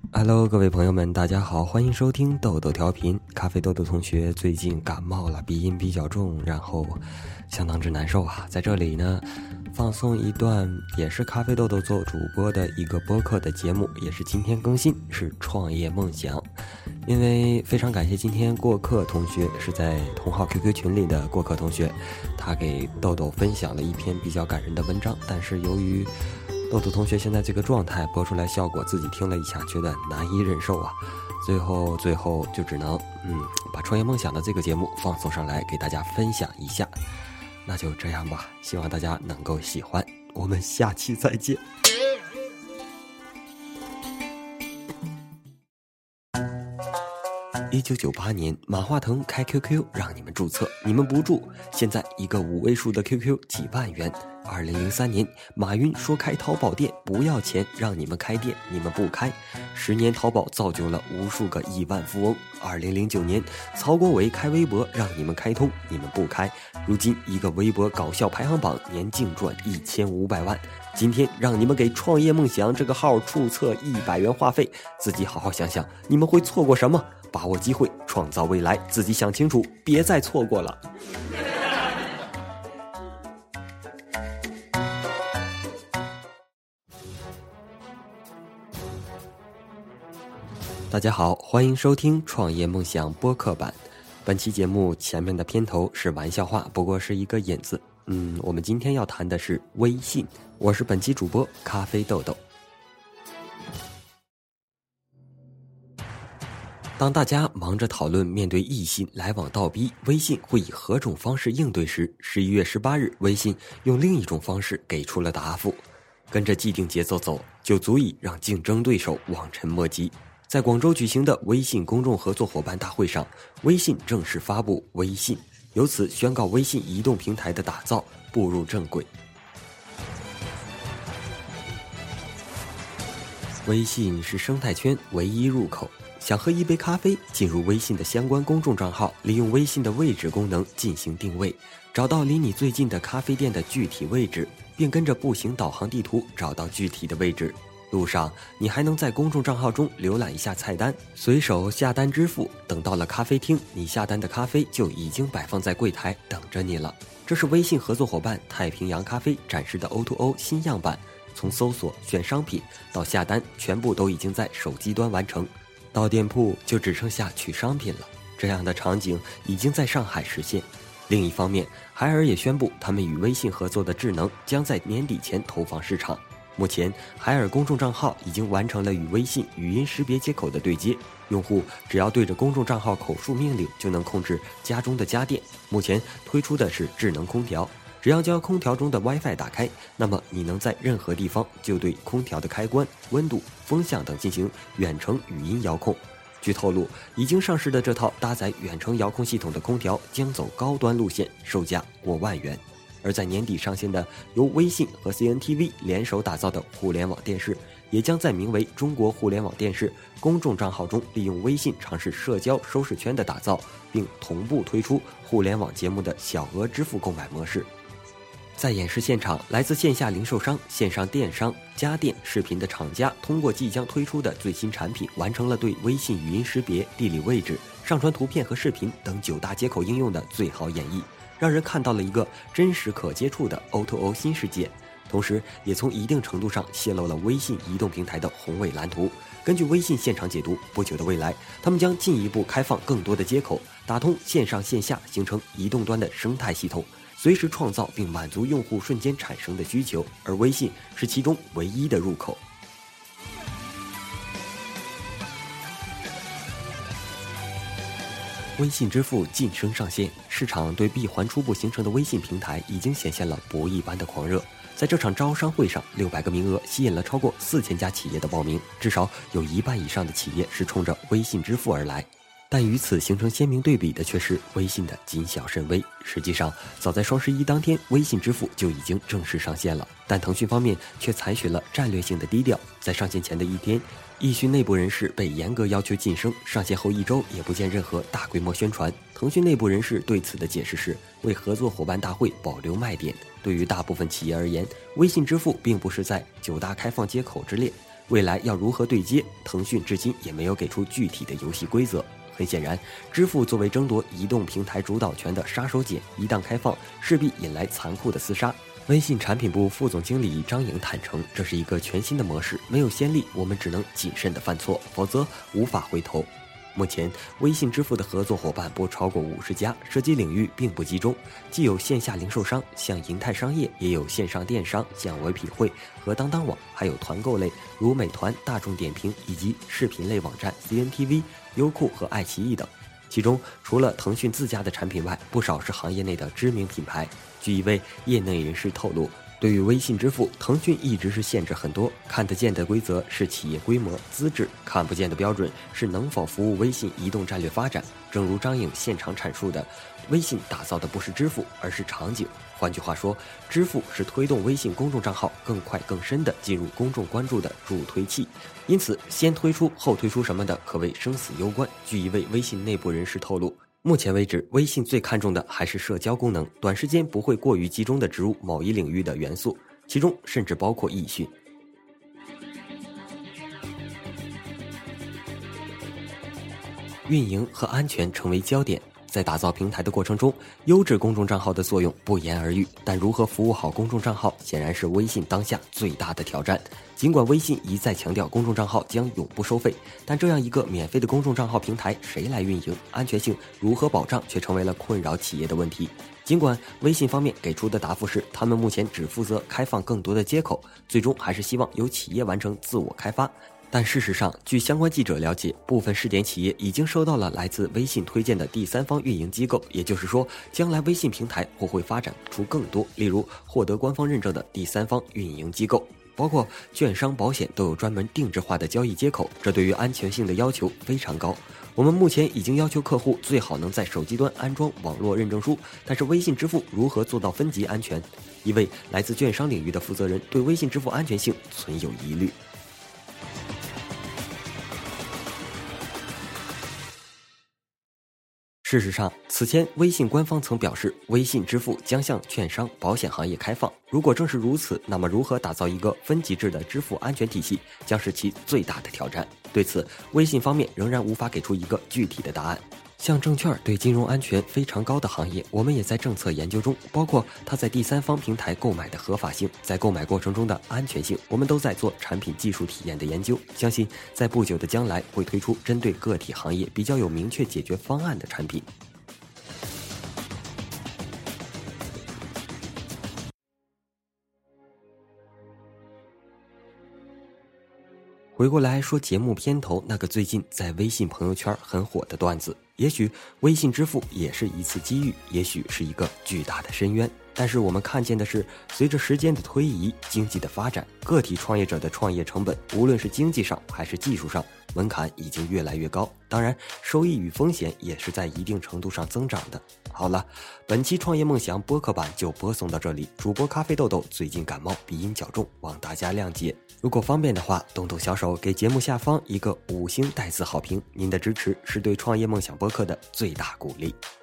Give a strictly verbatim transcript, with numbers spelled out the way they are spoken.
Hello， 各位朋友们，大家好，欢迎收听豆豆调频。咖啡豆豆同学最近感冒了，鼻音比较重，然后相当之难受啊。在这里呢，放送一段也是咖啡豆豆做主播的一个播客的节目，也是今天更新，是创业梦想。因为非常感谢今天过客同学，是在同号 Q Q 群里的过客同学，他给豆豆分享了一篇比较感人的文章，但是由于豆豆同学现在这个状态播出来效果自己听了一下觉得难以忍受啊，最后最后就只能嗯把创业梦想的这个节目放送上来给大家分享一下。那就这样吧，希望大家能够喜欢，我们下期再见。一九九八年，马化腾开 Q Q 让你们注册，你们不注，现在一个五位数的 Q Q 几万元。二零零三年，马云说开淘宝店不要钱，让你们开店，你们不开。十年淘宝造就了无数个亿万富翁。二零零九年，曹国伟开微博让你们开通，你们不开。如今一个微博搞笑排行榜年净赚一千五百万。今天让你们给创业梦想这个号注册一百元话费，自己好好想想，你们会错过什么？把握机会，创造未来，自己想清楚，别再错过了。大家好，欢迎收听创业梦想播客版。本期节目前面的片头是玩笑话，不过是一个引子。嗯，我们今天要谈的是微信。我是本期主播咖啡豆豆。当大家忙着讨论面对异性来往倒逼微信会以何种方式应对时，十一月十八日，微信用另一种方式给出了答复。跟着既定节奏走，就足以让竞争对手望尘莫及。在广州举行的微信公众合作伙伴大会上，微信正式发布微信，由此宣告微信移动平台的打造步入正轨。微信是生态圈唯一入口，想喝一杯咖啡，进入微信的相关公众账号，利用微信的位置功能进行定位，找到离你最近的咖啡店的具体位置，并跟着步行导航地图找到具体的位置。路上你还能在公众账号中浏览一下菜单，随手下单支付，等到了咖啡厅，你下单的咖啡就已经摆放在柜台等着你了。这是微信合作伙伴太平洋咖啡展示的 O to O 新样板，从搜索选商品到下单全部都已经在手机端完成，到店铺就只剩下取商品了。这样的场景已经在上海实现。另一方面，海尔也宣布他们与微信合作的智能将在年底前投放市场。目前海尔公众账号已经完成了与微信语音识别接口的对接，用户只要对着公众账号口述命令就能控制家中的家电。目前推出的是智能空调，只要将空调中的 WiFi 打开，那么你能在任何地方就对空调的开关、温度、风向等进行远程语音遥控。据透露，已经上市的这套搭载远程遥控系统的空调将走高端路线，售价过万元。而在年底上线的由微信和 C N T V 联手打造的互联网电视，也将在名为中国互联网电视公众账号中利用微信尝试社交收视圈的打造，并同步推出互联网节目的小额支付购买模式。在演示现场，来自线下零售商、线上电商、家电、视频的厂家通过即将推出的最新产品，完成了对微信语音识别、地理位置、上传图片和视频等九大接口应用的最好演绎，让人看到了一个真实可接触的 O to O 新世界，同时也从一定程度上泄露了微信移动平台的宏伟蓝图。根据微信现场解读，不久的未来，他们将进一步开放更多的接口，打通线上线下，形成移动端的生态系统，随时创造并满足用户瞬间产生的需求，而微信是其中唯一的入口。微信支付晋升上线，市场对闭环初步形成的微信平台已经显现了不一般的狂热。在这场招商会上，六百个名额吸引了超过四千家企业的报名，至少有一半以上的企业是冲着微信支付而来。但与此形成鲜明对比的却是微信的谨小慎微。实际上，早在双十一当天，微信支付就已经正式上线了，但腾讯方面却采取了战略性的低调。在上线前的一天，易讯内部人士被严格要求晋升，上线后一周也不见任何大规模宣传。腾讯内部人士对此的解释是为合作伙伴大会保留卖点。对于大部分企业而言，微信支付并不是在九大开放接口之列， 未来要如何对接，腾讯至今也没有给出具体的游戏规则。很显然，支付作为争夺移动平台主导权的杀手锏，一旦开放，势必引来残酷的厮杀。微信产品部副总经理张颖坦诚，这是一个全新的模式，没有先例，我们只能谨慎地犯错，否则无法回头。目前，微信支付的合作伙伴不超过五十家，涉及领域并不集中，既有线下零售商，像银泰商业，也有线上电商，像唯品会和当当网，还有团购类，如美团、大众点评，以及视频类网站 C N T V、优酷和爱奇艺等。其中，除了腾讯自家的产品外，不少是行业内的知名品牌。据一位业内人士透露，对于微信支付，腾讯一直是限制很多，看得见的规则是企业规模、资质，看不见的标准是能否服务微信移动战略发展。正如张颖现场阐述的，微信打造的不是支付，而是场景。换句话说，支付是推动微信公众账号更快更深地进入公众关注的助推器。因此，先推出后推出什么的可谓生死攸关。据一位微信内部人士透露，目前为止，微信最看重的还是社交功能，短时间不会过于集中地植入某一领域的元素，其中甚至包括易讯。运营和安全成为焦点。在打造平台的过程中，优质公众账号的作用不言而喻，但如何服务好公众账号，显然是微信当下最大的挑战。尽管微信一再强调公众账号将永不收费，但这样一个免费的公众账号平台，谁来运营？安全性如何保障，却成为了困扰企业的问题。尽管微信方面给出的答复是，他们目前只负责开放更多的接口，最终还是希望由企业完成自我开发。但事实上，据相关记者了解，部分试点企业已经收到了来自微信推荐的第三方运营机构，也就是说，将来微信平台或会发展出更多，例如获得官方认证的第三方运营机构，包括券商、保险都有专门定制化的交易接口，这对于安全性的要求非常高。我们目前已经要求客户最好能在手机端安装网络认证书，但是微信支付如何做到分级安全？一位来自券商领域的负责人对微信支付安全性存有疑虑。事实上，此前微信官方曾表示，微信支付将向券商、保险行业开放。如果正是如此，那么如何打造一个分级制的支付安全体系，将是其最大的挑战。对此，微信方面仍然无法给出一个具体的答案。像证券对金融安全非常高的行业，我们也在政策研究中，包括它在第三方平台购买的合法性，在购买过程中的安全性，我们都在做产品技术体验的研究。相信在不久的将来会推出针对个体行业比较有明确解决方案的产品。回过来说节目片头那个最近在微信朋友圈很火的段子，也许微信支付也是一次机遇，也许是一个巨大的深渊。但是我们看见的是，随着时间的推移，经济的发展，个体创业者的创业成本，无论是经济上还是技术上，门槛已经越来越高。当然，收益与风险也是在一定程度上增长的。好了，本期创业梦想播客版就播送到这里。主播咖啡豆豆最近感冒，鼻音较重，望大家谅解。如果方便的话，动动小手给节目下方一个五星带字好评，您的支持是对创业梦想播客的最大鼓励。